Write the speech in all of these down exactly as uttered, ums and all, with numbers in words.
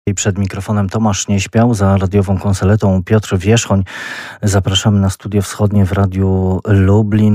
I przed mikrofonem Tomasz Nieśmiał, za radiową konsoletą Piotr Wierzchoń. Zapraszamy na Studio Wschodnie w Radiu Lublin.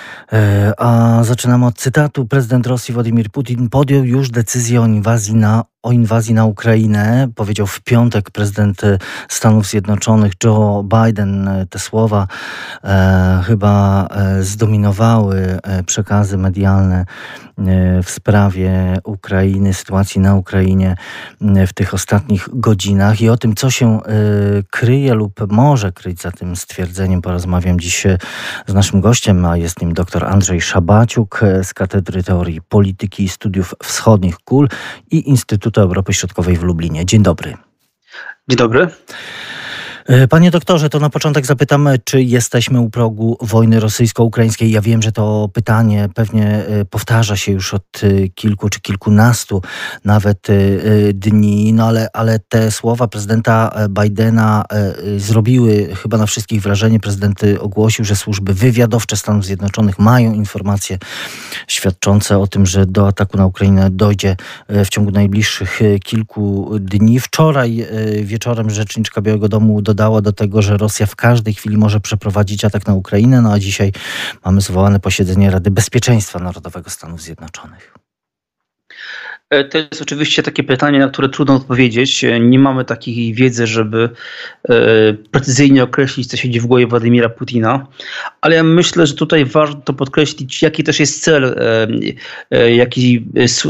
A zaczynamy od cytatu. Prezydent Rosji Władimir Putin podjął już decyzję o inwazji na o inwazji na Ukrainę. Powiedział w piątek prezydent Stanów Zjednoczonych Joe Biden. Te słowa e, chyba e, zdominowały e, przekazy medialne e, w sprawie Ukrainy, sytuacji na Ukrainie e, w tych ostatnich godzinach. I o tym, co się e, kryje lub może kryć za tym stwierdzeniem, porozmawiam dziś z naszym gościem, a jest nim dr Andrzej Szabaciuk z Katedry Teorii Polityki i Studiów Wschodnich K U L i Instytutu Europy Środkowej w Lublinie. Dzień dobry. Dzień dobry. Panie doktorze, to na początek zapytam, czy jesteśmy u progu wojny rosyjsko-ukraińskiej? Ja wiem, że to pytanie pewnie powtarza się już od kilku czy kilkunastu nawet dni, no ale, ale te słowa prezydenta Bidena zrobiły chyba na wszystkich wrażenie. Prezydent ogłosił, że służby wywiadowcze Stanów Zjednoczonych mają informacje świadczące o tym, że do ataku na Ukrainę dojdzie w ciągu najbliższych kilku dni. Wczoraj wieczorem rzeczniczka Białego Domu dodała Dodała do tego, że Rosja w każdej chwili może przeprowadzić atak na Ukrainę, no a dzisiaj mamy zwołane posiedzenie Rady Bezpieczeństwa Narodowego Stanów Zjednoczonych. To jest oczywiście takie pytanie, na które trudno odpowiedzieć. Nie mamy takiej wiedzy, żeby precyzyjnie określić, co się dzieje w głowie Władimira Putina, ale ja myślę, że tutaj warto podkreślić, jaki też jest cel, jaki,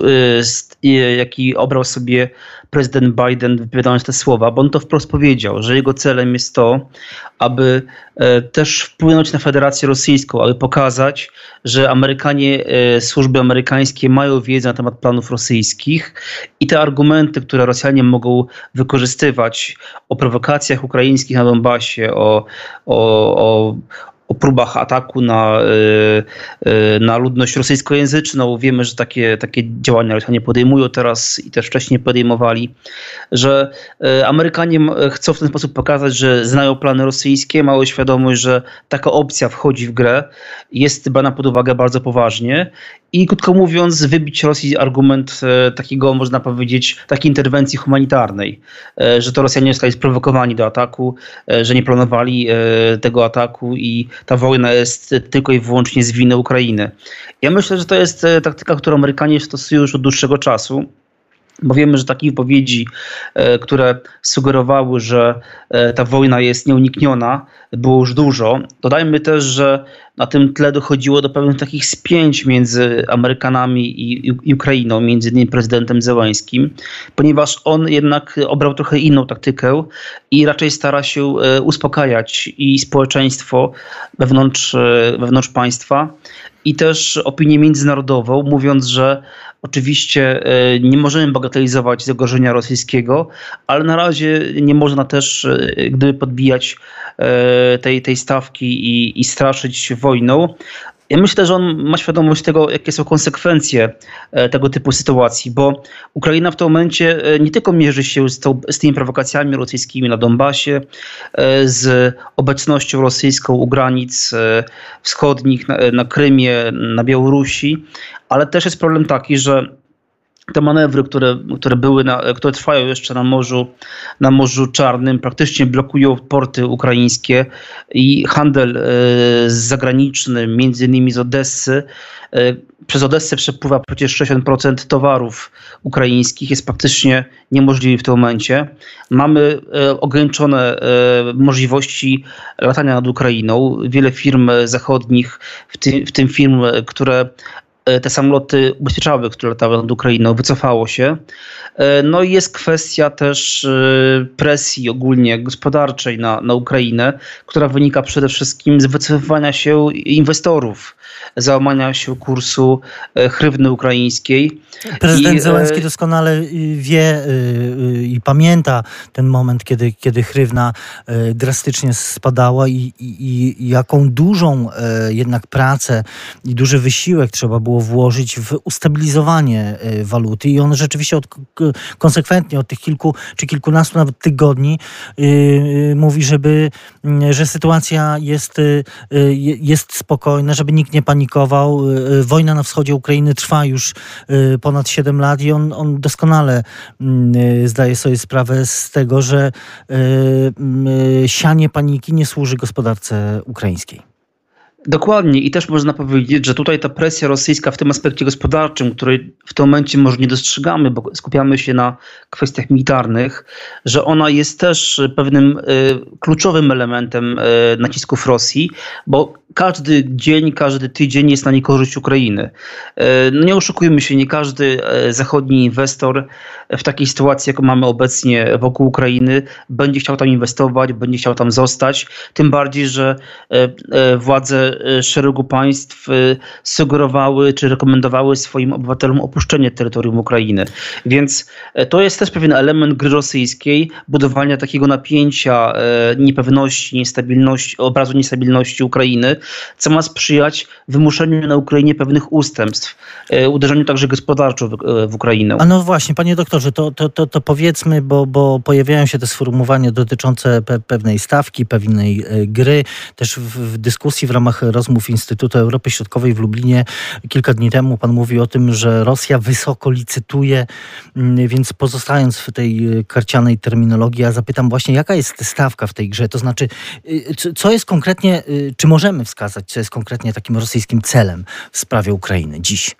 jaki obrał sobie prezydent Biden, wypowiadając te słowa, bo on to wprost powiedział, że jego celem jest to, aby też wpłynąć na Federację Rosyjską, aby pokazać, że Amerykanie, służby amerykańskie mają wiedzę na temat planów rosyjskich i te argumenty, które Rosjanie mogą wykorzystywać o prowokacjach ukraińskich na Donbasie, o, o, o o próbach ataku na, na ludność rosyjskojęzyczną. Wiemy, że takie, takie działania Rosjanie podejmują teraz i też wcześniej podejmowali, że Amerykanie chcą w ten sposób pokazać, że znają plany rosyjskie, mają świadomość, że taka opcja wchodzi w grę, jest brana pod uwagę bardzo poważnie i krótko mówiąc wybić Rosji argument takiego, można powiedzieć, takiej interwencji humanitarnej, że to Rosjanie zostali sprowokowani do ataku, że nie planowali tego ataku i ta wojna jest tylko i wyłącznie z winy Ukrainy. Ja myślę, że to jest taktyka, którą Amerykanie stosują już od dłuższego czasu, bo wiemy, że takich wypowiedzi, które sugerowały, że ta wojna jest nieunikniona, było już dużo. Dodajmy też, że na tym tle dochodziło do pewnych takich spięć między Amerykanami i, i Ukrainą, między innymi prezydentem Zełenskim, ponieważ on jednak obrał trochę inną taktykę i raczej stara się uspokajać i społeczeństwo wewnątrz, wewnątrz państwa i też opinię międzynarodową, mówiąc, że oczywiście nie możemy bagatelizować zagrożenia rosyjskiego, ale na razie nie można też gdyby podbijać tej, tej stawki i, i straszyć wojną. Ja myślę, że on ma świadomość tego, jakie są konsekwencje tego typu sytuacji, bo Ukraina w tym momencie nie tylko mierzy się z, tą, z tymi prowokacjami rosyjskimi na Donbasie, z obecnością rosyjską u granic wschodnich, na, na Krymie, na Białorusi, ale też jest problem taki, że te manewry, które, które, były na, które trwają jeszcze na Morzu, na Morzu Czarnym, praktycznie blokują porty ukraińskie i handel zagraniczny, między innymi z Odessy. Przez Odessę przepływa przecież sześćdziesiąt procent towarów ukraińskich, jest praktycznie niemożliwy w tym momencie. Mamy ograniczone możliwości latania nad Ukrainą. Wiele firm zachodnich, w tym, w tym firm, które te samoloty ubezpieczały, które latały nad Ukrainą, wycofało się. No i jest kwestia też presji ogólnie gospodarczej na, na Ukrainę, która wynika przede wszystkim z wycofywania się inwestorów, załamania się kursu hrywny ukraińskiej. Prezydent I, Zełenski doskonale wie i pamięta ten moment, kiedy, kiedy hrywna drastycznie spadała i, i, i jaką dużą jednak pracę i duży wysiłek trzeba było włożyć w ustabilizowanie waluty. I on rzeczywiście od, konsekwentnie od tych kilku czy kilkunastu nawet tygodni mówi, żeby, że sytuacja jest, jest spokojna, żeby nikt nie panikował. Wojna na wschodzie Ukrainy trwa już ponad siedem lat i on, on doskonale zdaje sobie sobie sprawę z tego, że sianie paniki nie służy gospodarce ukraińskiej. Dokładnie i też można powiedzieć, że tutaj ta presja rosyjska w tym aspekcie gospodarczym, której w tym momencie może nie dostrzegamy, bo skupiamy się na kwestiach militarnych, że ona jest też pewnym y, kluczowym elementem y, nacisków Rosji, bo każdy dzień, każdy tydzień jest na niekorzyść Ukrainy. No nie oszukujmy się, nie każdy zachodni inwestor w takiej sytuacji, jaką mamy obecnie wokół Ukrainy, będzie chciał tam inwestować, będzie chciał tam zostać. Tym bardziej, że władze szeregu państw sugerowały czy rekomendowały swoim obywatelom opuszczenie terytorium Ukrainy. Więc to jest też pewien element gry rosyjskiej, budowania takiego napięcia, niepewności, niestabilności, obrazu niestabilności Ukrainy, co ma sprzyjać wymuszeniu na Ukrainie pewnych ustępstw, uderzeniu także gospodarczo w, w Ukrainę. A no właśnie, panie doktorze, to, to, to, to powiedzmy, bo, bo pojawiają się te sformułowania dotyczące pe, pewnej stawki, pewnej gry. Też w, w dyskusji w ramach rozmów Instytutu Europy Środkowej w Lublinie kilka dni temu pan mówił o tym, że Rosja wysoko licytuje, więc pozostając w tej karcianej terminologii, ja zapytam właśnie, jaka jest stawka w tej grze? To znaczy, co jest konkretnie, czy możemy wskazać, co jest konkretnie takim rosyjskim celem w sprawie Ukrainy dziś?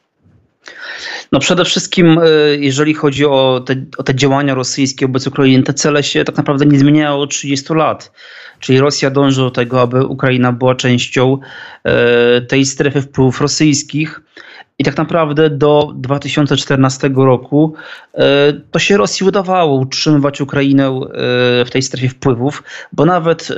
No przede wszystkim, jeżeli chodzi o te, o te działania rosyjskie wobec Ukrainy, te cele się tak naprawdę nie zmieniają od trzydziestu lat. Czyli Rosja dąży do tego, aby Ukraina była częścią tej strefy wpływów rosyjskich. I tak naprawdę do dwa tysiące czternastego roku to się Rosji udawało utrzymywać Ukrainę w tej strefie wpływów, bo nawet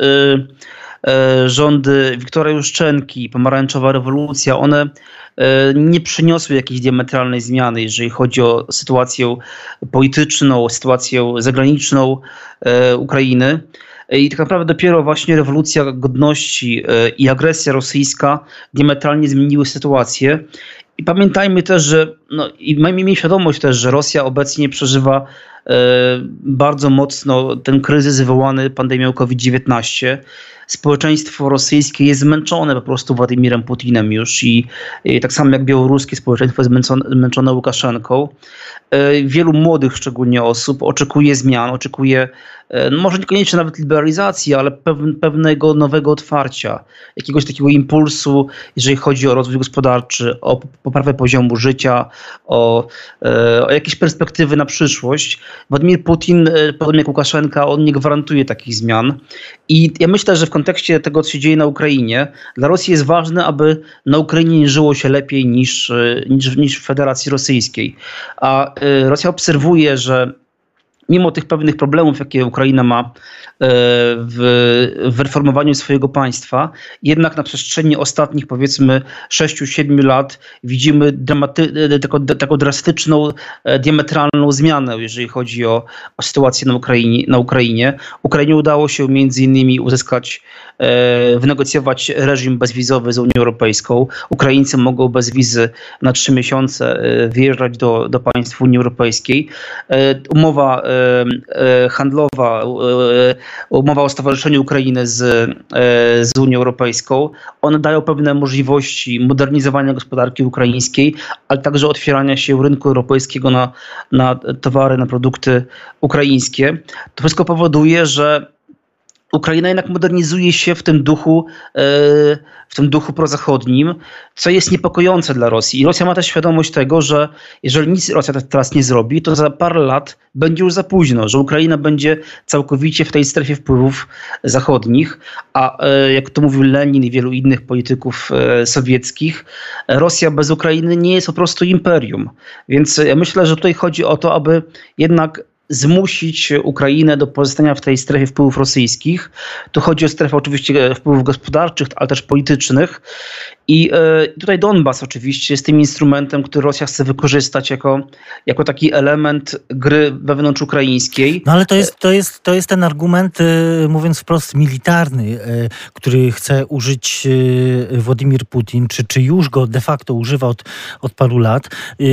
rządy Wiktora Juszczenki, pomarańczowa rewolucja, one nie przyniosły jakiejś diametralnej zmiany, jeżeli chodzi o sytuację polityczną, sytuację zagraniczną Ukrainy. I tak naprawdę dopiero właśnie rewolucja godności i agresja rosyjska diametralnie zmieniły sytuację. I pamiętajmy też, że no, i miejmy świadomość też, że Rosja obecnie przeżywa e, bardzo mocno ten kryzys wywołany pandemią kowid dziewiętnaście. Społeczeństwo rosyjskie jest zmęczone po prostu Władimirem Putinem już i, i tak samo jak białoruskie społeczeństwo jest zmęczone, zmęczone Łukaszenką. E, wielu młodych szczególnie osób oczekuje zmian, oczekuje e, może niekoniecznie nawet liberalizacji, ale pew- pewnego nowego otwarcia, jakiegoś takiego impulsu, jeżeli chodzi o rozwój gospodarczy, o poprawę poziomu życia, o, e, o jakieś perspektywy na przyszłość. Władimir Putin, e, podobnie jak Łukaszenka, on nie gwarantuje takich zmian. I ja myślę, że w kontekście tego, co się dzieje na Ukrainie, dla Rosji jest ważne, aby na Ukrainie żyło się lepiej niż, niż, niż w Federacji Rosyjskiej. A Rosja obserwuje, że mimo tych pewnych problemów, jakie Ukraina ma w, w reformowaniu swojego państwa, jednak na przestrzeni ostatnich powiedzmy sześciu siedmiu lat widzimy dramaty- taką, taką drastyczną, diametralną zmianę, jeżeli chodzi o, o sytuację na Ukrainie, na Ukrainie. Ukrainie udało się między innymi uzyskać, wynegocjować reżim bezwizowy z Unią Europejską. Ukraińcy mogą bez wizy na trzy miesiące wyjeżdżać do, do państw Unii Europejskiej. Umowa handlowa, umowa o stowarzyszeniu Ukrainy z, z Unią Europejską, one dają pewne możliwości modernizowania gospodarki ukraińskiej, ale także otwierania się rynku europejskiego na, na towary, na produkty ukraińskie. To wszystko powoduje, że Ukraina jednak modernizuje się w tym duchu, w tym duchu prozachodnim, co jest niepokojące dla Rosji. I Rosja ma też świadomość tego, że jeżeli nic Rosja teraz nie zrobi, to za parę lat będzie już za późno, że Ukraina będzie całkowicie w tej strefie wpływów zachodnich, a jak to mówił Lenin i wielu innych polityków sowieckich, Rosja bez Ukrainy nie jest po prostu imperium. Więc ja myślę, że tutaj chodzi o to, aby jednak zmusić Ukrainę do pozostania w tej strefie wpływów rosyjskich. Tu chodzi o strefę oczywiście wpływów gospodarczych, ale też politycznych. I tutaj Donbas oczywiście jest tym instrumentem, który Rosja chce wykorzystać jako, jako taki element gry wewnątrzukraińskiej. No ale to jest, to jest, to jest ten argument, mówiąc wprost, militarny, który chce użyć Władimir Putin, czy, czy już go de facto używa od, od paru lat.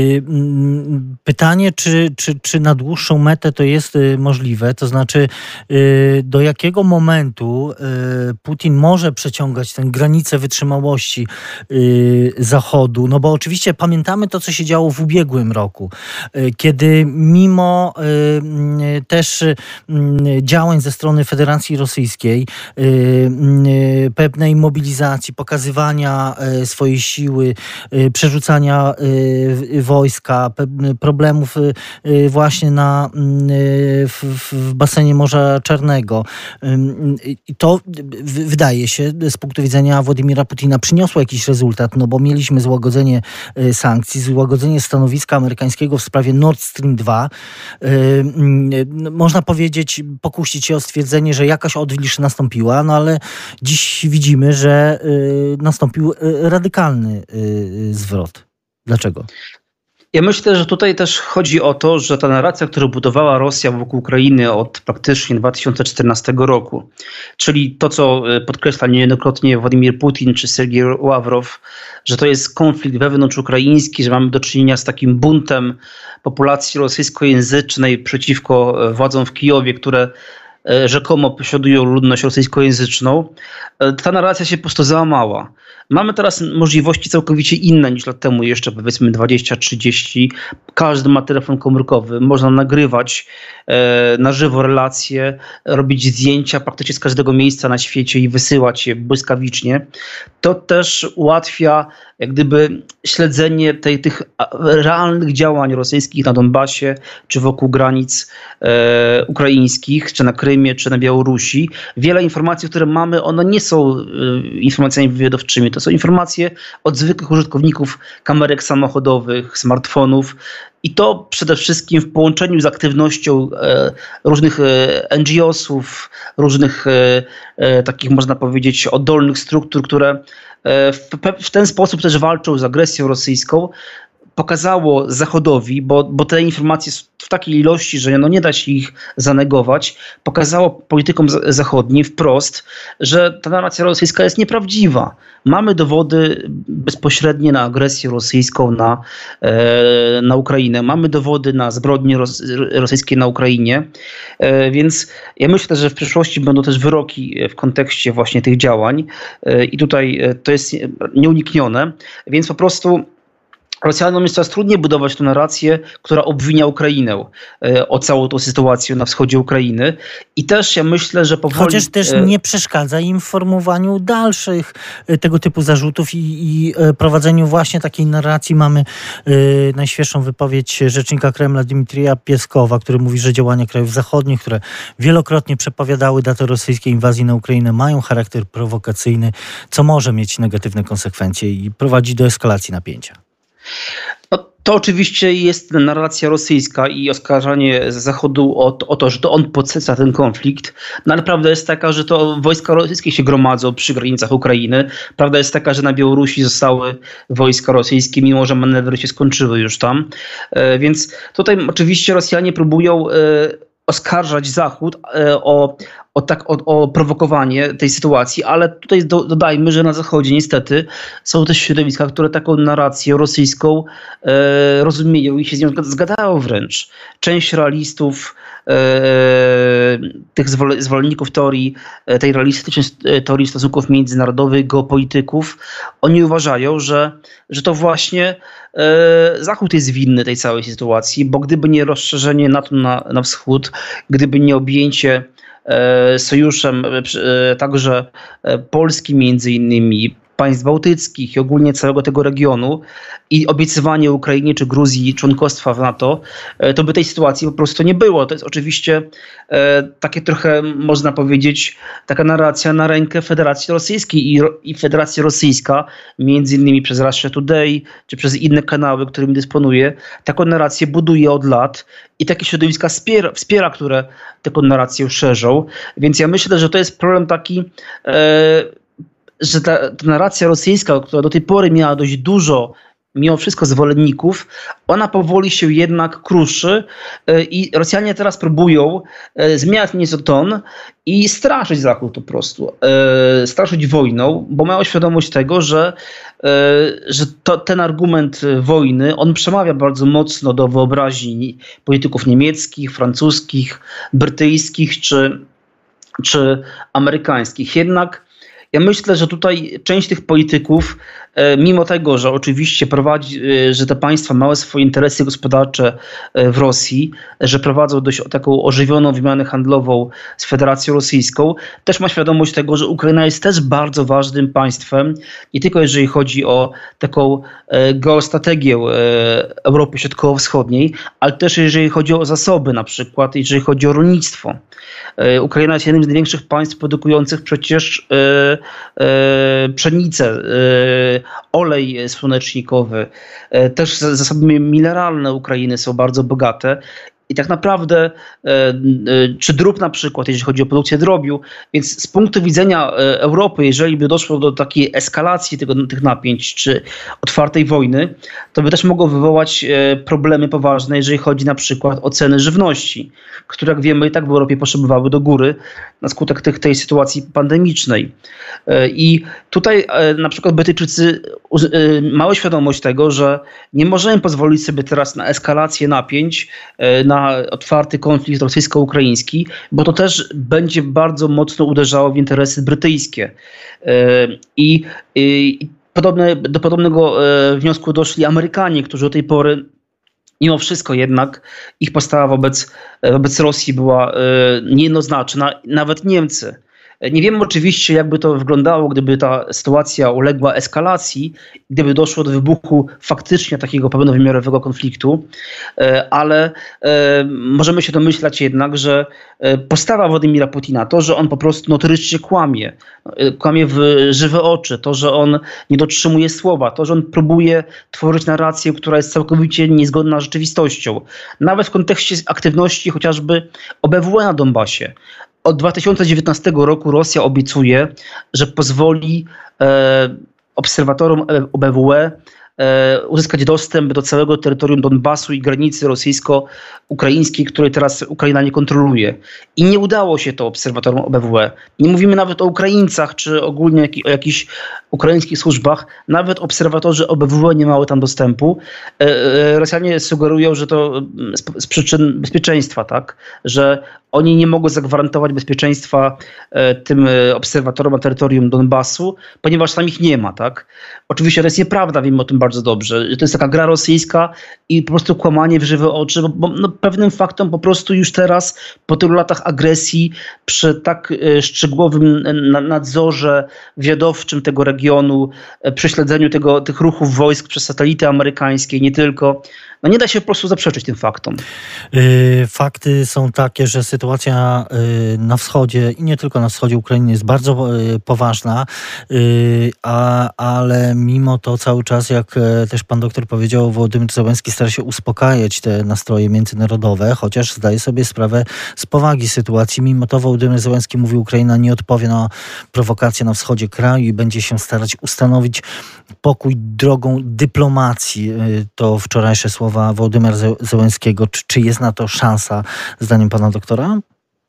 Pytanie, czy, czy, czy na dłuższą metę to jest możliwe, to znaczy do jakiego momentu Putin może przeciągać tę granicę wytrzymałości y, Zachodu, no bo oczywiście pamiętamy to, co się działo w ubiegłym roku, y, kiedy mimo y, też y, działań ze strony Federacji Rosyjskiej, y, y, pewnej mobilizacji, pokazywania y, swojej siły, y, przerzucania y, wojska, pe- problemów y, y, właśnie na, y, w, w basenie Morza Czarnego. I to w, wydaje się z punktu widzenia Władimira Putina przyniosło jakiś rezultat, no bo mieliśmy złagodzenie y, sankcji, złagodzenie stanowiska amerykańskiego w sprawie Nord Stream dwa. Y, y, można powiedzieć, pokusić się o stwierdzenie, że jakaś odwilż nastąpiła, no ale dziś widzimy, że y, nastąpił y, radykalny y, zwrot. Dlaczego? Ja myślę, że tutaj też chodzi o to, że ta narracja, którą budowała Rosja wokół Ukrainy od praktycznie dwa tysiące czternastego roku, czyli to, co podkreśla niejednokrotnie Władimir Putin czy Sergiej Ławrow, że to jest konflikt wewnątrzukraiński, że mamy do czynienia z takim buntem populacji rosyjskojęzycznej przeciwko władzom w Kijowie, które rzekomo posiadują ludność rosyjskojęzyczną, ta narracja się po prostu załamała. Mamy teraz możliwości całkowicie inne niż lat temu, jeszcze powiedzmy dwadzieścia trzydzieści. Każdy ma telefon komórkowy, można nagrywać e, na żywo relacje, robić zdjęcia praktycznie z każdego miejsca na świecie i wysyłać je błyskawicznie. To też ułatwia jak gdyby śledzenie tej, tych realnych działań rosyjskich na Donbasie, czy wokół granic e, ukraińskich, czy na Krymie, czy na Białorusi. Wiele informacji, które mamy, one nie są e, informacjami wywiadowczymi. To są informacje od zwykłych użytkowników kamerek samochodowych, smartfonów i to przede wszystkim w połączeniu z aktywnością e, różnych e, en dżi osów, różnych e, e, takich można powiedzieć oddolnych struktur, które e, w, w ten sposób też walczą z agresją rosyjską, pokazało Zachodowi, bo, bo te informacje są w takiej ilości, że no nie da się ich zanegować, pokazało politykom zachodnim wprost, że ta narracja rosyjska jest nieprawdziwa. Mamy dowody bezpośrednie na agresję rosyjską na, e, na Ukrainę. Mamy dowody na zbrodnie ros, rosyjskie na Ukrainie. E, więc ja myślę, że w przyszłości będą też wyroki w kontekście właśnie tych działań e, i tutaj to jest nieuniknione. Więc po prostu Rosjanom jest coraz trudniej budować tę narrację, która obwinia Ukrainę e, o całą tą sytuację na wschodzie Ukrainy. I też ja myślę, że powoli... Chociaż też nie przeszkadza im w formowaniu dalszych e, tego typu zarzutów i, i e, prowadzeniu właśnie takiej narracji. Mamy e, najświeższą wypowiedź rzecznika Kremla Dmitrija Pieskowa, który mówi, że działania krajów zachodnich, które wielokrotnie przepowiadały datę rosyjskiej inwazji na Ukrainę, mają charakter prowokacyjny, co może mieć negatywne konsekwencje i prowadzi do eskalacji napięcia. No, to oczywiście jest narracja rosyjska i oskarżanie Zachodu o, o to, że to on podsyca ten konflikt. No ale prawda jest taka, że to wojska rosyjskie się gromadzą przy granicach Ukrainy. Prawda jest taka, że na Białorusi zostały wojska rosyjskie, mimo że manewry się skończyły już tam. E, więc tutaj oczywiście Rosjanie próbują e, oskarżać Zachód e, o, o, tak, o, o prowokowanie tej sytuacji, ale tutaj do, dodajmy, że na Zachodzie niestety są też środowiska, które taką narrację rosyjską e, rozumieją i się z nią zgadzają wręcz. Część realistów, e, tych zwol, zwolenników teorii, tej realistycznej teorii stosunków międzynarodowych, geopolityków, oni uważają, że, że to właśnie e, Zachód jest winny tej całej sytuacji, bo gdyby nie rozszerzenie NATO na, na wschód, gdyby nie objęcie sojuszem także Polski między innymi, państw bałtyckich i ogólnie całego tego regionu i obiecywanie Ukrainie czy Gruzji członkostwa w NATO, to by tej sytuacji po prostu nie było. To jest oczywiście e, takie trochę, można powiedzieć, taka narracja na rękę Federacji Rosyjskiej i, i Federacja Rosyjska, między innymi przez Russia Today czy przez inne kanały, którymi dysponuje, taką narrację buduje od lat i takie środowiska wspiera, wspiera które taką narrację szerzą. Więc ja myślę, że to jest problem taki, e, że ta, ta narracja rosyjska, która do tej pory miała dość dużo mimo wszystko zwolenników, ona powoli się jednak kruszy i Rosjanie teraz próbują zmieniać nieco ton i straszyć Zachód po prostu. Straszyć wojną, bo mają świadomość tego, że, że to, ten argument wojny, on przemawia bardzo mocno do wyobraźni polityków niemieckich, francuskich, brytyjskich czy, czy amerykańskich. Jednak Ja myślę, że tutaj część tych polityków, mimo tego, że oczywiście prowadzi, że te państwa mają swoje interesy gospodarcze w Rosji, że prowadzą dość taką ożywioną wymianę handlową z Federacją Rosyjską, też ma świadomość tego, że Ukraina jest też bardzo ważnym państwem, nie tylko jeżeli chodzi o taką geostrategię Europy Środkowo-Wschodniej, ale też jeżeli chodzi o zasoby, na przykład jeżeli chodzi o rolnictwo. Ukraina jest jednym z największych państw produkujących przecież pszenicę, olej słonecznikowy. Też zasoby mineralne Ukrainy są bardzo bogate. I tak naprawdę, czy drób na przykład, jeżeli chodzi o produkcję drobiu, więc z punktu widzenia Europy, jeżeli by doszło do takiej eskalacji tego, tych napięć, czy otwartej wojny, to by też mogło wywołać problemy poważne, jeżeli chodzi na przykład o ceny żywności, które jak wiemy i tak w Europie poszybowały do góry na skutek tych, tej sytuacji pandemicznej. I tutaj na przykład Brytyjczycy mają świadomość tego, że nie możemy pozwolić sobie teraz na eskalację napięć, na na otwarty konflikt rosyjsko-ukraiński, bo to też będzie bardzo mocno uderzało w interesy brytyjskie. I, i podobne, do podobnego wniosku doszli Amerykanie, którzy do tej pory, mimo wszystko jednak, ich postawa wobec, wobec Rosji była niejednoznaczna, nawet Niemcy. Nie wiemy oczywiście, jakby to wyglądało, gdyby ta sytuacja uległa eskalacji, gdyby doszło do wybuchu faktycznie takiego pełnowymiarowego konfliktu, ale możemy się domyślać jednak, że postawa Władimira Putina, to, że on po prostu notorycznie kłamie, kłamie w żywe oczy, to, że on nie dotrzymuje słowa, to, że on próbuje tworzyć narrację, która jest całkowicie niezgodna z rzeczywistością, nawet w kontekście aktywności chociażby O B W E na Donbasie. Od dwa tysiące dziewiętnastego roku Rosja obiecuje, że pozwoli e, obserwatorom O B W E e, uzyskać dostęp do całego terytorium Donbasu i granicy rosyjsko-ukraińskiej, której teraz Ukraina nie kontroluje. I nie udało się to obserwatorom O B W E. Nie mówimy nawet o Ukraińcach, czy ogólnie o jakichś ukraińskich służbach. Nawet obserwatorzy O B W E nie mają tam dostępu. E, e, Rosjanie sugerują, że to z, z przyczyn bezpieczeństwa, tak? Że oni nie mogą zagwarantować bezpieczeństwa tym obserwatorom na terytorium Donbasu, ponieważ tam ich nie ma, tak? Oczywiście to jest nieprawda, wiemy o tym bardzo dobrze. To jest taka gra rosyjska i po prostu kłamanie w żywe oczy, bo, bo no, pewnym faktom po prostu już teraz, po tylu latach agresji, przy tak szczegółowym nadzorze wywiadowczym tego regionu, przy śledzeniu tego, tych ruchów wojsk przez satelity amerykańskie, nie tylko, no nie da się po prostu zaprzeczyć tym faktom. Fakty są takie, że sytuacja na wschodzie i nie tylko na wschodzie Ukrainy jest bardzo poważna, a, ale mimo to cały czas, jak też pan doktor powiedział, Wołodymyr Zełenski stara się uspokajać te nastroje międzynarodowe, chociaż zdaje sobie sprawę z powagi sytuacji. Mimo to Wołodymyr Zełenski mówi, Ukraina nie odpowie na prowokacje na wschodzie kraju i będzie się starać ustanowić pokój drogą dyplomacji. To wczorajsze słowa Wołodymyra Zełenskiego. Czy, czy jest na to szansa, zdaniem pana doktora?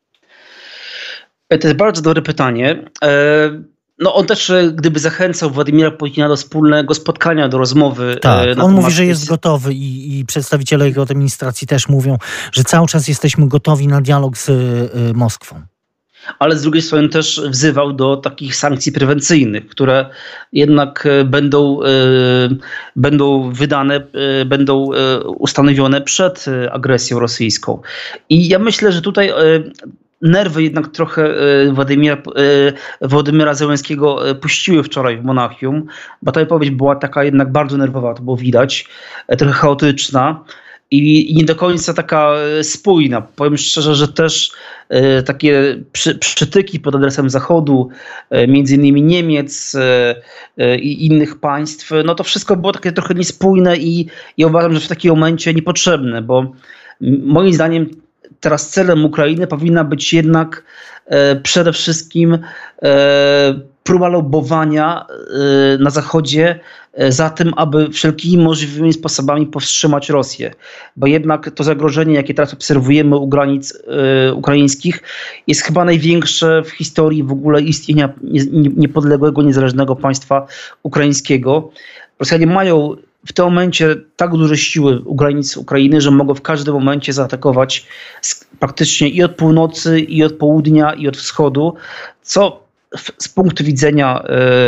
To jest bardzo dobre pytanie. No on też, gdyby zachęcał Władimira Putina do wspólnego spotkania, do rozmowy. Tak, on mówi, że jest gotowy i, i przedstawiciele jego administracji też mówią, że cały czas jesteśmy gotowi na dialog z y, Moskwą. Ale z drugiej strony też wzywał do takich sankcji prewencyjnych, które jednak będą, będą wydane, będą ustanowione przed agresją rosyjską. I ja myślę, że tutaj nerwy jednak trochę Władimira, Wołodymyra Zełenskiego puściły wczoraj w Monachium, bo ta wypowiedź była taka jednak bardzo nerwowa, to było widać, trochę chaotyczna. I, I nie do końca taka spójna. Powiem szczerze, że też e, takie przy, przytyki pod adresem Zachodu, e, między innymi Niemiec e, i innych państw, no to wszystko było takie trochę niespójne i, i uważam, że w takim momencie niepotrzebne, bo moim zdaniem teraz celem Ukrainy powinna być jednak e, przede wszystkim e, próba lobbowania na Zachodzie za tym, aby wszelkimi możliwymi sposobami powstrzymać Rosję. Bo jednak to zagrożenie, jakie teraz obserwujemy u granic ukraińskich, jest chyba największe w historii w ogóle istnienia niepodległego, niezależnego państwa ukraińskiego. Rosjanie mają w tym momencie tak duże siły u granic Ukrainy, że mogą w każdym momencie zaatakować praktycznie i od północy, i od południa, i od wschodu, co z punktu widzenia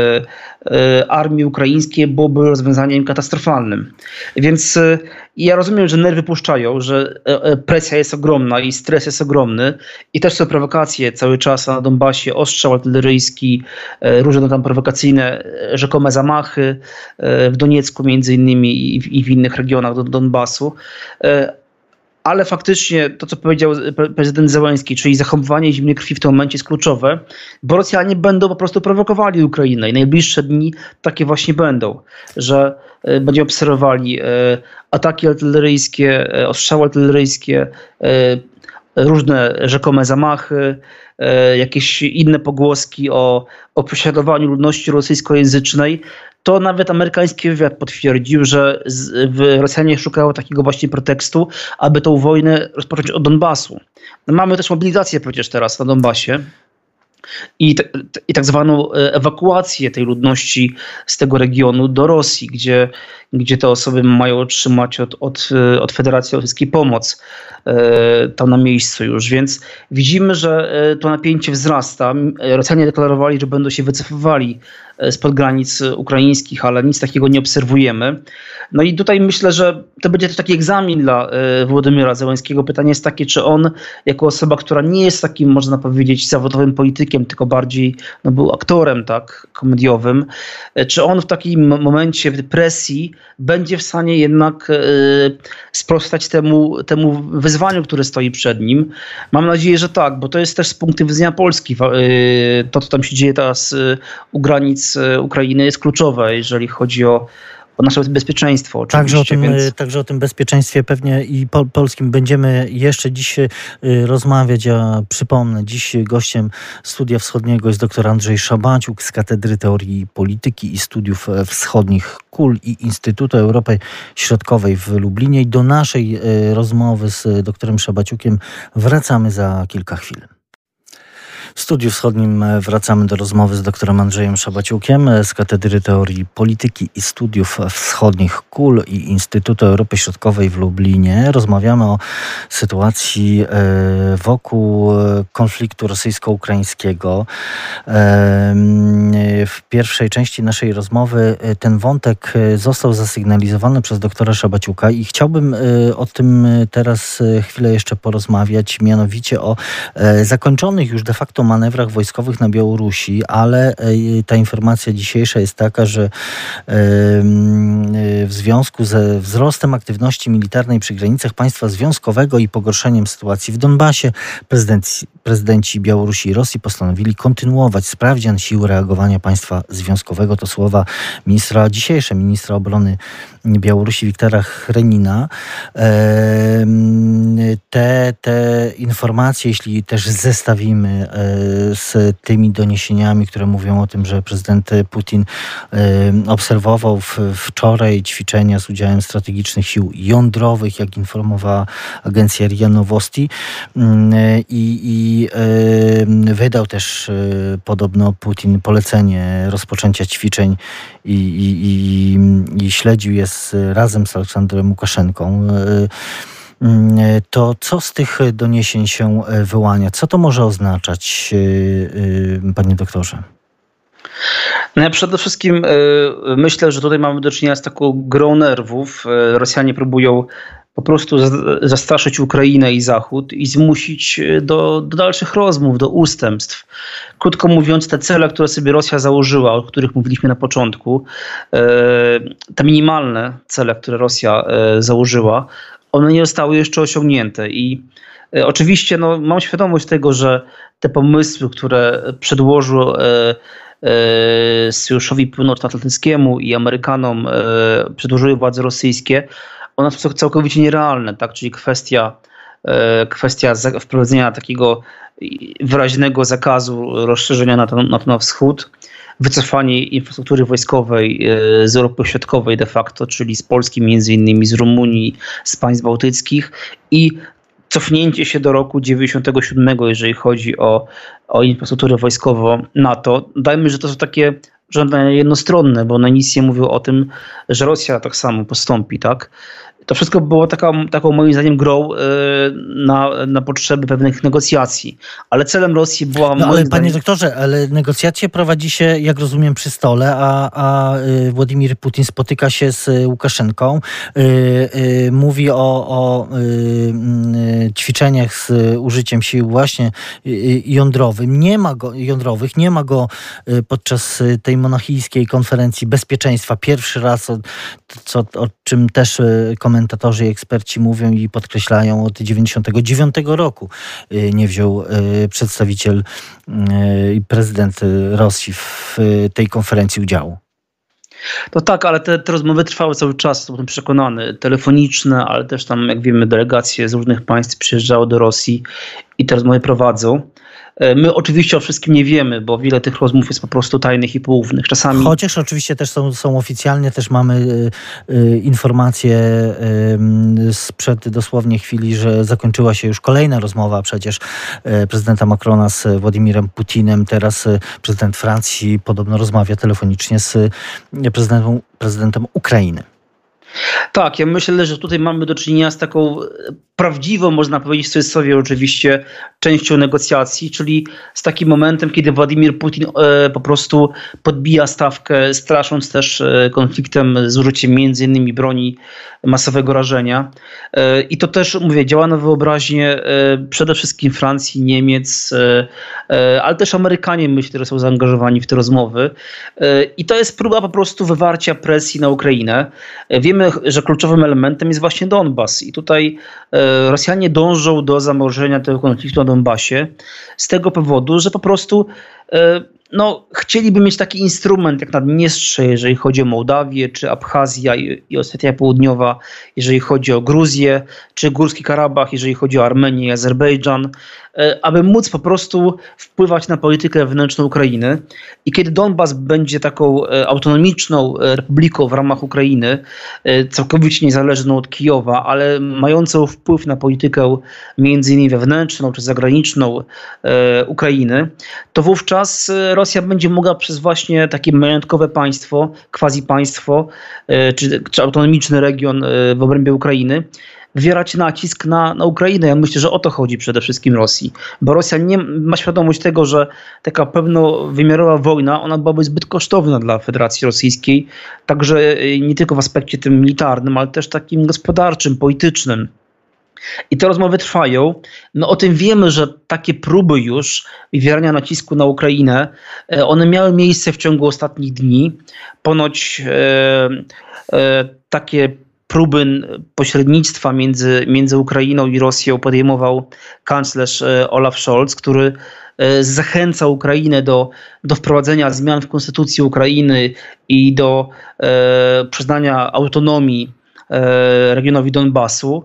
armii ukraińskiej byłoby rozwiązaniem katastrofalnym. Więc ja rozumiem, że nerwy puszczają, że presja jest ogromna i stres jest ogromny i też są prowokacje cały czas na Donbasie, ostrzał artyleryjski, różne tam prowokacyjne rzekome zamachy w Doniecku między innymi i w innych regionach Donbasu. Ale faktycznie to, co powiedział prezydent Zełenski, czyli zachowywanie zimnej krwi w tym momencie jest kluczowe, bo Rosjanie będą po prostu prowokowali Ukrainę i najbliższe dni takie właśnie będą, że będziemy obserwowali ataki artyleryjskie, ostrzały artyleryjskie, różne rzekome zamachy, jakieś inne pogłoski o, o prześladowaniu ludności rosyjskojęzycznej. To nawet amerykański wywiad potwierdził, że Rosjanie szukają takiego właśnie pretekstu, aby tą wojnę rozpocząć od Donbasu. Mamy też mobilizację przecież teraz na Donbasie i, te, i tak zwaną ewakuację tej ludności z tego regionu do Rosji, gdzie, gdzie te osoby mają otrzymać od, od, od Federacji Rosyjskiej pomoc e, tam na miejscu już. Więc widzimy, że to napięcie wzrasta. Rosjanie deklarowali, że będą się wycofywali spod granic ukraińskich, ale nic takiego nie obserwujemy. No i tutaj myślę, że to będzie też taki egzamin dla Wołodymyra Zełenskiego. Pytanie jest takie, czy on jako osoba, która nie jest takim, można powiedzieć, zawodowym politykiem, tylko bardziej no, był aktorem tak, komediowym, czy on w takim momencie presji będzie w stanie jednak y, sprostać temu, temu wyzwaniu, które stoi przed nim. Mam nadzieję, że tak, bo to jest też z punktu widzenia Polski. Y, to, co tam się dzieje teraz y, u granic Ukrainy jest kluczowe, jeżeli chodzi o, o nasze bezpieczeństwo. Także o, tym, więc... także o tym bezpieczeństwie pewnie i pol, polskim będziemy jeszcze dziś y, rozmawiać. Ja przypomnę, dziś gościem Studia Wschodniego jest dr Andrzej Szabaciuk z Katedry Teorii Polityki i Studiów Wschodnich K U L i Instytutu Europy Środkowej w Lublinie. I do naszej y, rozmowy z doktorem Szabaciukiem wracamy za kilka chwil. W Studiu Wschodnim wracamy do rozmowy z doktorem Andrzejem Szabaciukiem z Katedry Teorii Polityki i Studiów Wschodnich K U L i Instytutu Europy Środkowej w Lublinie. Rozmawiamy o sytuacji wokół konfliktu rosyjsko-ukraińskiego. W pierwszej części naszej rozmowy ten wątek został zasygnalizowany przez doktora Szabaciuka i chciałbym o tym teraz chwilę jeszcze porozmawiać, mianowicie o zakończonych już de facto manewrach wojskowych na Białorusi, ale ta informacja dzisiejsza jest taka, że w związku ze wzrostem aktywności militarnej przy granicach państwa związkowego i pogorszeniem sytuacji w Donbasie, prezydenci, prezydenci Białorusi i Rosji postanowili kontynuować sprawdzian sił reagowania państwa związkowego. To słowa ministra, dzisiejsze ministra obrony Białorusi Wiktora Chrenina. Te, te informacje, jeśli też zestawimy z tymi doniesieniami, które mówią o tym, że prezydent Putin obserwował wczoraj ćwiczenia z udziałem strategicznych sił jądrowych, jak informowała agencja R I A Nowosti, i, i wydał też podobno Putin polecenie rozpoczęcia ćwiczeń i, i, i, i śledził je z, razem z Aleksandrem Łukaszenką. To co z tych doniesień się wyłania? Co to może oznaczać, panie doktorze? No ja przede wszystkim myślę, że tutaj mamy do czynienia z taką grą nerwów. Rosjanie próbują po prostu zastraszyć Ukrainę i Zachód i zmusić do, do dalszych rozmów, do ustępstw. Krótko mówiąc, te cele, które sobie Rosja założyła, o których mówiliśmy na początku, te minimalne cele, które Rosja założyła, one nie zostały jeszcze osiągnięte i oczywiście no, mam świadomość tego, że te pomysły, które przedłożył Sojuszowi Północnoatlantyckiemu i Amerykanom przedłożyły władze rosyjskie, one są całkowicie nierealne, tak? Czyli kwestia, kwestia wprowadzenia takiego wyraźnego zakazu rozszerzenia na to, na to na wschód, wycofanie infrastruktury wojskowej z Europy Środkowej de facto, czyli z Polski między innymi, z Rumunii, z państw bałtyckich i cofnięcie się do roku dziewięćdziesiątego siódmego, jeżeli chodzi o, o infrastrukturę wojskową NATO. Dajmy, że to są takie żądania jednostronne, bo one nic nie mówią o tym, że Rosja tak samo postąpi, tak? To wszystko było taką, taką moim zdaniem grą na, na potrzeby pewnych negocjacji. Ale celem Rosji była... No ale zdaniem... panie doktorze, ale negocjacje prowadzi się, jak rozumiem, przy stole, a, a Władimir Putin spotyka się z Łukaszenką, yy, yy, mówi o, o yy, ćwiczeniach z użyciem sił właśnie jądrowych. Nie ma go, jądrowych, nie ma go podczas tej monachijskiej konferencji bezpieczeństwa. Pierwszy raz, o, co, o czym też komentatorzy i eksperci mówią i podkreślają, od dziewięćdziesiątego dziewiątego roku nie wziął przedstawiciel i prezydent Rosji w tej konferencji udziału. To tak, ale te, te rozmowy trwały cały czas, jestem przekonany, telefoniczne, ale też tam, jak wiemy, delegacje z różnych państw przyjeżdżały do Rosji i te rozmowy prowadzą. My oczywiście o wszystkim nie wiemy, bo wiele tych rozmów jest po prostu tajnych i poufnych. Czasami... Chociaż oczywiście też są, są oficjalnie, też mamy y, y, informacje y, sprzed dosłownie chwili, że zakończyła się już kolejna rozmowa przecież y, prezydenta Macrona z Władimirem Putinem. Teraz y, prezydent Francji podobno rozmawia telefonicznie z y, prezydentem, prezydentem Ukrainy. Tak, ja myślę, że tutaj mamy do czynienia z taką prawdziwą, można powiedzieć w cudzysłowie oczywiście, częścią negocjacji, czyli z takim momentem, kiedy Władimir Putin e, po prostu podbija stawkę, strasząc też e, konfliktem z użyciem między innymi broni masowego rażenia. E, I to też, mówię, działa na wyobraźnię e, przede wszystkim Francji, Niemiec, e, e, ale też Amerykanie, myślę, że są zaangażowani w te rozmowy. E, I to jest próba po prostu wywarcia presji na Ukrainę. E, wiemy, że kluczowym elementem jest właśnie Donbas i tutaj e, Rosjanie dążą do zamorzenia tego konfliktu na Donbasie z tego powodu, że po prostu e, no, chcieliby mieć taki instrument jak Naddniestrze, jeżeli chodzi o Mołdawię, czy Abchazja i, i Osetia Południowa, jeżeli chodzi o Gruzję, czy Górski Karabach, jeżeli chodzi o Armenię i Azerbejdżan, aby móc po prostu wpływać na politykę wewnętrzną Ukrainy. I kiedy Donbas będzie taką autonomiczną republiką w ramach Ukrainy, całkowicie niezależną od Kijowa, ale mającą wpływ na politykę między innymi wewnętrzną czy zagraniczną Ukrainy, to wówczas Rosja będzie mogła przez właśnie takie majątkowe państwo, quasi państwo, czy, czy autonomiczny region w obrębie Ukrainy wywierać nacisk na, na Ukrainę. Ja myślę, że o to chodzi przede wszystkim Rosji, bo Rosja nie ma świadomość tego, że taka pełnowymiarowa wojna, ona byłaby zbyt kosztowna dla Federacji Rosyjskiej, także nie tylko w aspekcie tym militarnym, ale też takim gospodarczym, politycznym. I te rozmowy trwają. No o tym wiemy, że takie próby już wywierania nacisku na Ukrainę, one miały miejsce w ciągu ostatnich dni. Ponoć e, e, takie próby pośrednictwa między, między Ukrainą i Rosją podejmował kanclerz Olaf Scholz, który zachęcał Ukrainę do, do wprowadzenia zmian w konstytucji Ukrainy i do e, przyznania autonomii e, regionowi Donbasu.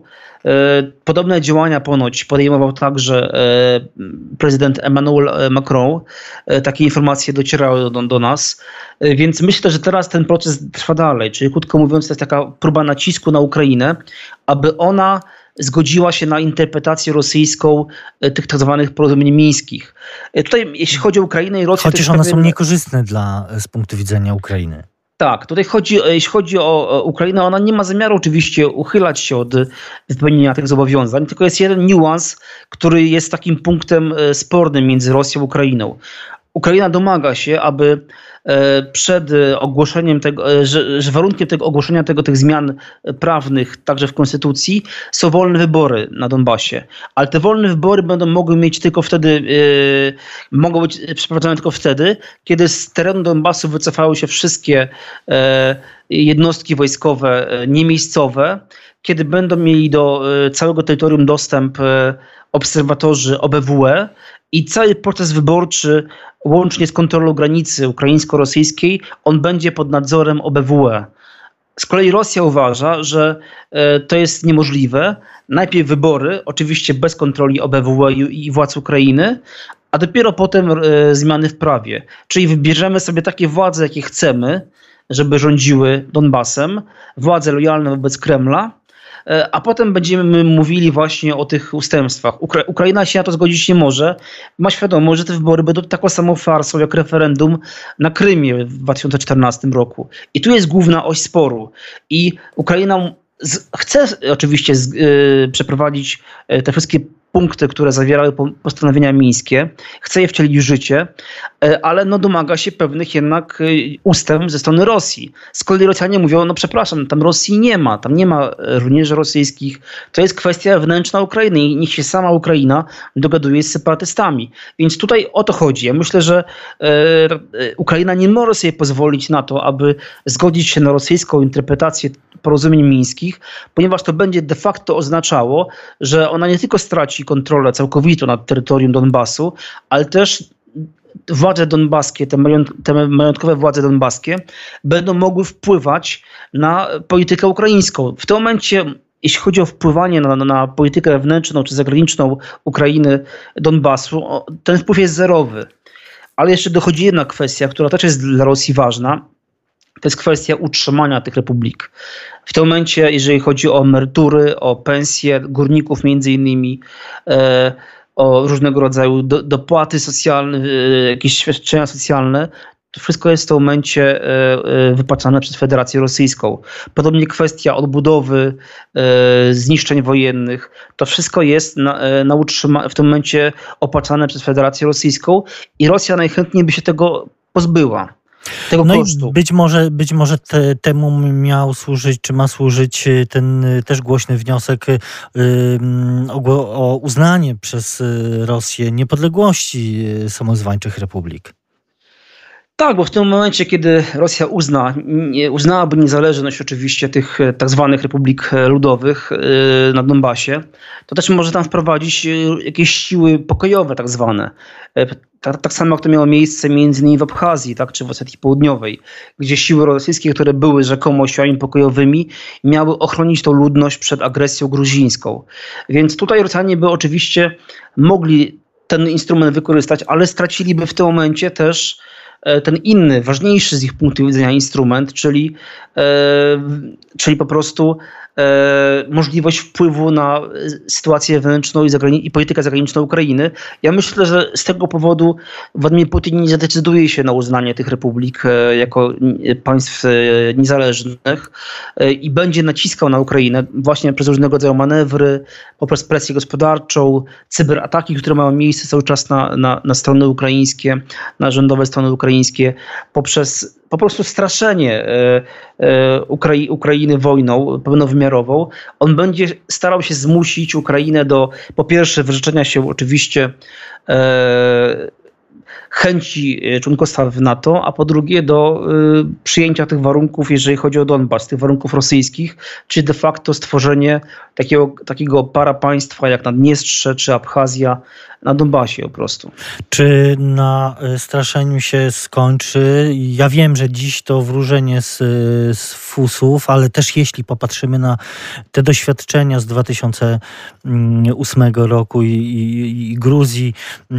Podobne działania ponoć podejmował także prezydent Emmanuel Macron. Takie informacje docierały do, do nas. Więc myślę, że teraz ten proces trwa dalej. Czyli krótko mówiąc, to jest taka próba nacisku na Ukrainę, aby ona zgodziła się na interpretację rosyjską tych tak zwanych porozumień mińskich. Tutaj jeśli chodzi o Ukrainę i Rosję... Chociaż one są niekorzystne dla, z punktu widzenia Ukrainy. Tak, tutaj chodzi, jeśli chodzi o Ukrainę, ona nie ma zamiaru oczywiście uchylać się od wypełnienia tych zobowiązań, tylko jest jeden niuans, który jest takim punktem spornym między Rosją a Ukrainą. Ukraina domaga się, aby przed ogłoszeniem tego, że, że warunkiem tego ogłoszenia tego, tych zmian prawnych, także w konstytucji, są wolne wybory na Donbasie. Ale te wolne wybory będą mogły mieć tylko wtedy, yy, mogą być przeprowadzone tylko wtedy, kiedy z terenu Donbasu wycofały się wszystkie yy, jednostki wojskowe yy, niemiejscowe, kiedy będą mieli do yy, całego terytorium dostęp yy, obserwatorzy O B W E i cały proces wyborczy, łącznie z kontrolą granicy ukraińsko-rosyjskiej, on będzie pod nadzorem O B W E. Z kolei Rosja uważa, że to jest niemożliwe. Najpierw wybory, oczywiście bez kontroli O B W E i władz Ukrainy, a dopiero potem zmiany w prawie. Czyli wybierzemy sobie takie władze, jakie chcemy, żeby rządziły Donbasem, władze lojalne wobec Kremla, a potem będziemy mówili właśnie o tych ustępstwach. Ukra- Ukraina się na to zgodzić nie może. Ma świadomość, że te wybory będą taką samą farsą jak referendum na Krymie w dwa tysiące czternastym roku. I tu jest główna oś sporu. I Ukraina z, chce oczywiście z, y, przeprowadzić te wszystkie punkty, które zawierały postanowienia mińskie, chce je wcielić w życie, ale no domaga się pewnych jednak ustępstw ze strony Rosji. Z kolei Rosjanie mówią, no przepraszam, tam Rosji nie ma, tam nie ma żołnierzy rosyjskich, to jest kwestia wewnętrzna Ukrainy i niech się sama Ukraina dogaduje z separatystami. Więc tutaj o to chodzi. Ja myślę, że e, Ukraina nie może sobie pozwolić na to, aby zgodzić się na rosyjską interpretację porozumień mińskich, ponieważ to będzie de facto oznaczało, że ona nie tylko straci kontrolę całkowitą nad terytorium Donbasu, ale też władze donbaskie, te, mająt, te majątkowe władze donbaskie będą mogły wpływać na politykę ukraińską. W tym momencie, jeśli chodzi o wpływanie na, na politykę wewnętrzną czy zagraniczną Ukrainy, Donbasu, ten wpływ jest zerowy. Ale jeszcze dochodzi jedna kwestia, która też jest dla Rosji ważna. To jest kwestia utrzymania tych republik. W tym momencie, jeżeli chodzi o emerytury, o pensje górników między innymi, e, o różnego rodzaju do, dopłaty socjalne, e, jakieś świadczenia socjalne, to wszystko jest w tym momencie e, e, wypłacane przez Federację Rosyjską. Podobnie kwestia odbudowy, e, zniszczeń wojennych, to wszystko jest na, e, na utrzyma- w tym momencie opłacane przez Federację Rosyjską i Rosja najchętniej by się tego pozbyła. Tego no kosztu. i być może, być może te, temu miał służyć, czy ma służyć ten też głośny wniosek y, o, o uznanie przez Rosję niepodległości samozwańczych republik. Tak, bo w tym momencie, kiedy Rosja uzna, uznałaby niezależność oczywiście tych tak zwanych republik ludowych na Donbasie, to też może tam wprowadzić jakieś siły pokojowe tak zwane. Tak, tak samo jak to miało miejsce między innymi w Abchazji, tak, czy w Osetii Południowej, gdzie siły rosyjskie, które były rzekomo siłami pokojowymi, miały ochronić tą ludność przed agresją gruzińską. Więc tutaj Rosjanie by oczywiście mogli ten instrument wykorzystać, ale straciliby w tym momencie też ten inny, ważniejszy z ich punktu widzenia instrument, czyli, e, czyli po prostu e, możliwość wpływu na sytuację wewnętrzną i, zagrani- i politykę zagraniczną Ukrainy. Ja myślę, że z tego powodu Władimir Putin nie zadecyduje się na uznanie tych republik e, jako państw e, niezależnych e, i będzie naciskał na Ukrainę właśnie przez różnego rodzaju manewry, poprzez presję gospodarczą, cyberataki, które mają miejsce cały czas na, na, na strony ukraińskie, na rządowe strony ukraińskie, poprzez po prostu straszenie e, e, Ukrai- Ukrainy wojną pełnowymiarową. On będzie starał się zmusić Ukrainę do, po pierwsze, wyrzeczenia się oczywiście e, chęci członkostwa w NATO, a po drugie do y, przyjęcia tych warunków, jeżeli chodzi o Donbas, tych warunków rosyjskich, czyli de facto stworzenie takiego, takiego parapaństwa jak Naddniestrze czy Abchazja na Donbasie po prostu. Czy na straszeniu się skończy? Ja wiem, że dziś to wróżenie z, z fusów, ale też jeśli popatrzymy na te doświadczenia z dwa tysiące ósmego roku i, i, i Gruzji,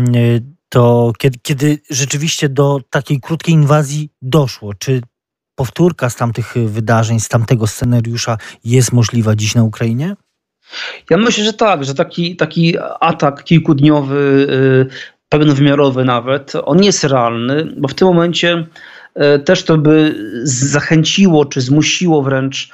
to kiedy, kiedy rzeczywiście do takiej krótkiej inwazji doszło, czy powtórka z tamtych wydarzeń, z tamtego scenariusza jest możliwa dziś na Ukrainie? Ja myślę, że tak, że taki, taki atak kilkudniowy, pełnowymiarowy nawet, on jest realny, bo w tym momencie też to by zachęciło, czy zmusiło wręcz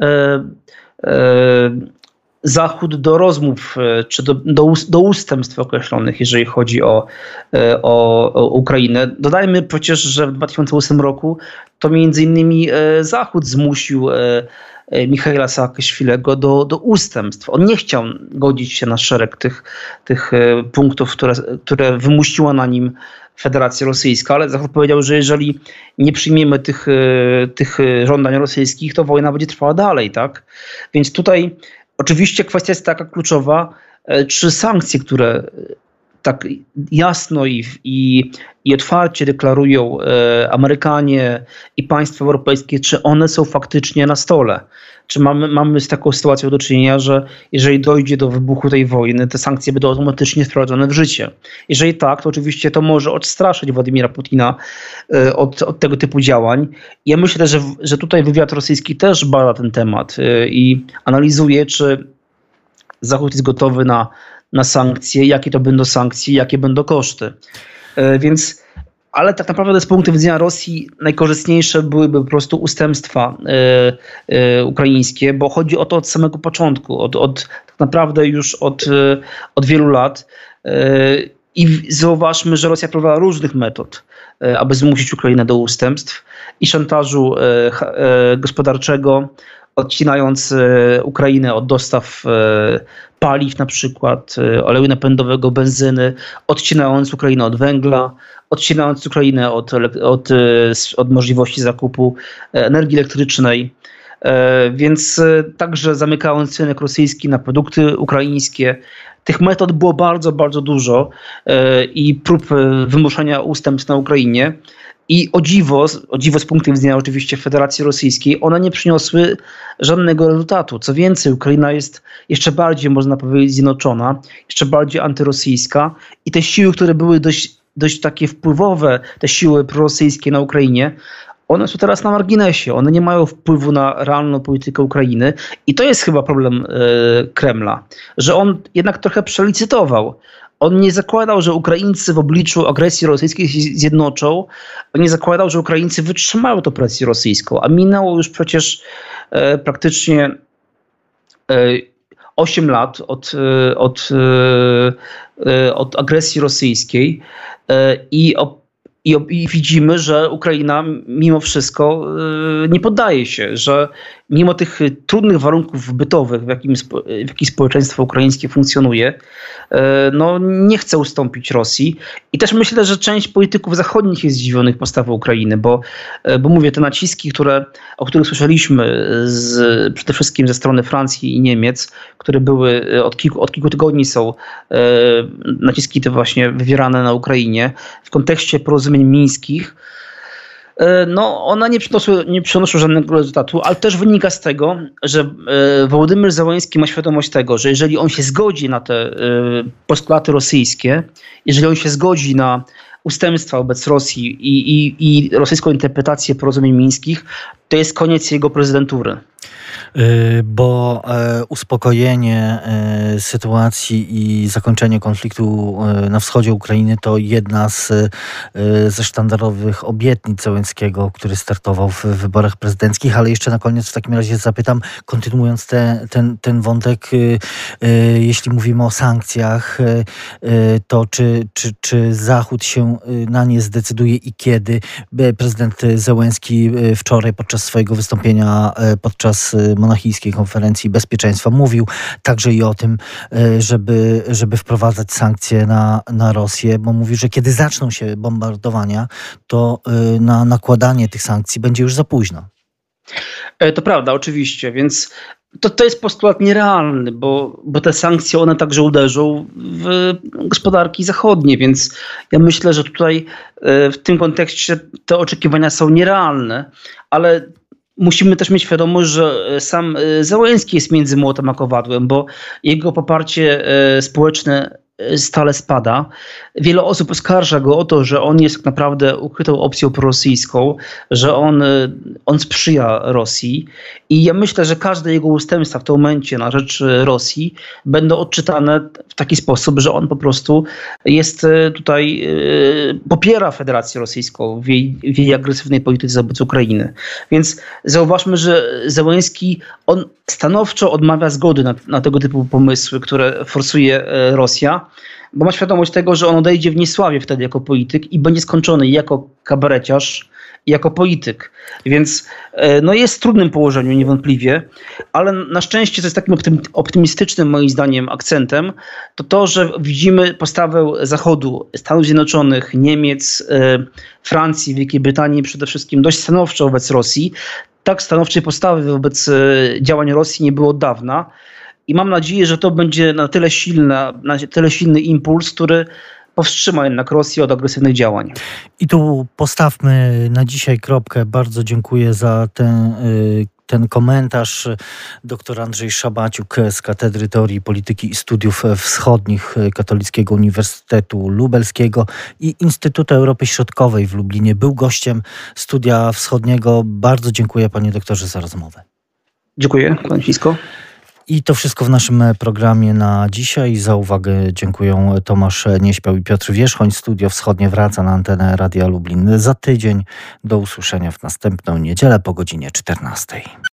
Zachód do rozmów, czy do, do, do ustępstw określonych, jeżeli chodzi o, o, o Ukrainę. Dodajmy przecież, że w dwa tysiące ósmym roku to między innymi Zachód zmusił Michaila Saakaszwilego do, do ustępstw. On nie chciał godzić się na szereg tych, tych punktów, które, które wymusiła na nim Federacja Rosyjska, ale Zachód powiedział, że jeżeli nie przyjmiemy tych, tych żądań rosyjskich, to wojna będzie trwała dalej, tak? Więc tutaj oczywiście kwestia jest taka kluczowa, czy sankcje, które tak jasno i, i, i otwarcie deklarują Amerykanie i państwa europejskie, czy one są faktycznie na stole. Czy mamy, mamy z taką sytuacją do czynienia, że jeżeli dojdzie do wybuchu tej wojny, te sankcje będą automatycznie wprowadzone w życie. Jeżeli tak, to oczywiście to może odstraszyć Władimira Putina od, od tego typu działań. Ja myślę, że, że tutaj wywiad rosyjski też bada ten temat i analizuje, czy Zachód jest gotowy na na sankcje, jakie to będą sankcje, jakie będą koszty. Więc ale tak naprawdę z punktu widzenia Rosji najkorzystniejsze byłyby po prostu ustępstwa y, y, ukraińskie, bo chodzi o to od samego początku, od, od tak naprawdę już od, y, od wielu lat. Y, I zauważmy, że Rosja próbowała różnych metod, aby zmusić Ukrainę do ustępstw i szantażu gospodarczego, odcinając Ukrainę od dostaw paliw, na przykład oleju napędowego, benzyny, odcinając Ukrainę od węgla, odcinając Ukrainę od, od, od możliwości zakupu energii elektrycznej. Więc także zamykając rynek rosyjski na produkty ukraińskie. Tych metod było bardzo, bardzo dużo i prób wymuszania ustępstw na Ukrainie. I o dziwo, o dziwo z punktu widzenia oczywiście Federacji Rosyjskiej, one nie przyniosły żadnego rezultatu. Co więcej, Ukraina jest jeszcze bardziej, można powiedzieć, zjednoczona, jeszcze bardziej antyrosyjska i te siły, które były dość, dość takie wpływowe, te siły prorosyjskie na Ukrainie, one są teraz na marginesie, one nie mają wpływu na realną politykę Ukrainy i to jest chyba problem y, Kremla, że on jednak trochę przelicytował. On nie zakładał, że Ukraińcy w obliczu agresji rosyjskiej się zjednoczą. On nie zakładał, że Ukraińcy wytrzymają tę presję rosyjską, a minęło już przecież e, praktycznie e, osiem lat od, e, od, e, od agresji rosyjskiej e, i o I, I widzimy, że Ukraina mimo wszystko nie poddaje się, że mimo tych trudnych warunków bytowych, w jakim, w jakich społeczeństwo ukraińskie funkcjonuje, no nie chce ustąpić Rosji. I też myślę, że część polityków zachodnich jest zdziwionych postawą Ukrainy, bo, bo mówię, te naciski, które, o których słyszeliśmy z, przede wszystkim ze strony Francji i Niemiec, które były od kilku, od kilku tygodni są naciski te właśnie wywierane na Ukrainie w kontekście porozumień mińskich, no one nie przynoszą, nie przynoszą żadnego rezultatu, ale też wynika z tego, że Wołodymyr Zełenski ma świadomość tego, że jeżeli on się zgodzi na te postulaty rosyjskie, jeżeli on się zgodzi na ustępstwa wobec Rosji i, i, i rosyjską interpretację porozumień mińskich, to jest koniec jego prezydentury. Bo uspokojenie sytuacji i zakończenie konfliktu na wschodzie Ukrainy to jedna z, ze sztandarowych obietnic Zełenskiego, który startował w wyborach prezydenckich, ale jeszcze na koniec w takim razie zapytam, kontynuując te, ten, ten wątek, jeśli mówimy o sankcjach, to czy, czy, czy Zachód się na nie zdecyduje i kiedy? Prezydent Zełenski wczoraj podczas swojego wystąpienia podczas monachijskiej konferencji bezpieczeństwa mówił także i o tym, żeby, żeby wprowadzać sankcje na, na Rosję, bo mówi, że kiedy zaczną się bombardowania, to na nakładanie tych sankcji będzie już za późno. To prawda, oczywiście, więc to, to jest postulat nierealny, bo, bo te sankcje one także uderzą w gospodarki zachodnie, więc ja myślę, że tutaj w tym kontekście te oczekiwania są nierealne, ale musimy też mieć świadomość, że sam Zełenski jest między młotem a kowadłem, bo jego poparcie społeczne stale spada. Wiele osób oskarża go o to, że on jest tak naprawdę ukrytą opcją prorosyjską, że on, on sprzyja Rosji i ja myślę, że każde jego ustępstwa w tym momencie na rzecz Rosji będą odczytane w taki sposób, że on po prostu jest tutaj, popiera Federację Rosyjską w jej, w jej agresywnej polityce wobec Ukrainy. Więc zauważmy, że Zełenski, on stanowczo odmawia zgody na, na tego typu pomysły, które forsuje Rosja, bo ma świadomość tego, że on odejdzie w niesławie wtedy jako polityk i będzie skończony jako kabareciarz, i jako polityk. Więc no jest w trudnym położeniu niewątpliwie, ale na szczęście, co jest takim optymistycznym moim zdaniem akcentem, to to, że widzimy postawę Zachodu, Stanów Zjednoczonych, Niemiec, Francji, Wielkiej Brytanii przede wszystkim dość stanowczo wobec Rosji. Tak stanowczej postawy wobec działań Rosji nie było od dawna. I mam nadzieję, że to będzie na tyle silny, na tyle silny impuls, który powstrzyma jednak Rosję od agresywnych działań. I tu postawmy na dzisiaj kropkę. Bardzo dziękuję za ten, ten komentarz. Doktor Andrzej Szabaciuk z Katedry Teorii Polityki i Studiów Wschodnich Katolickiego Uniwersytetu Lubelskiego i Instytutu Europy Środkowej w Lublinie był gościem Studia Wschodniego. Bardzo dziękuję, panie doktorze, za rozmowę. Dziękuję, panie Ślisko. I to wszystko w naszym programie na dzisiaj. Za uwagę dziękuję Tomasz Nieśpiał i Piotr Wierzchoń. Studio Wschodnie wraca na antenę Radia Lublin za tydzień. Do usłyszenia w następną niedzielę po godzinie czternastej.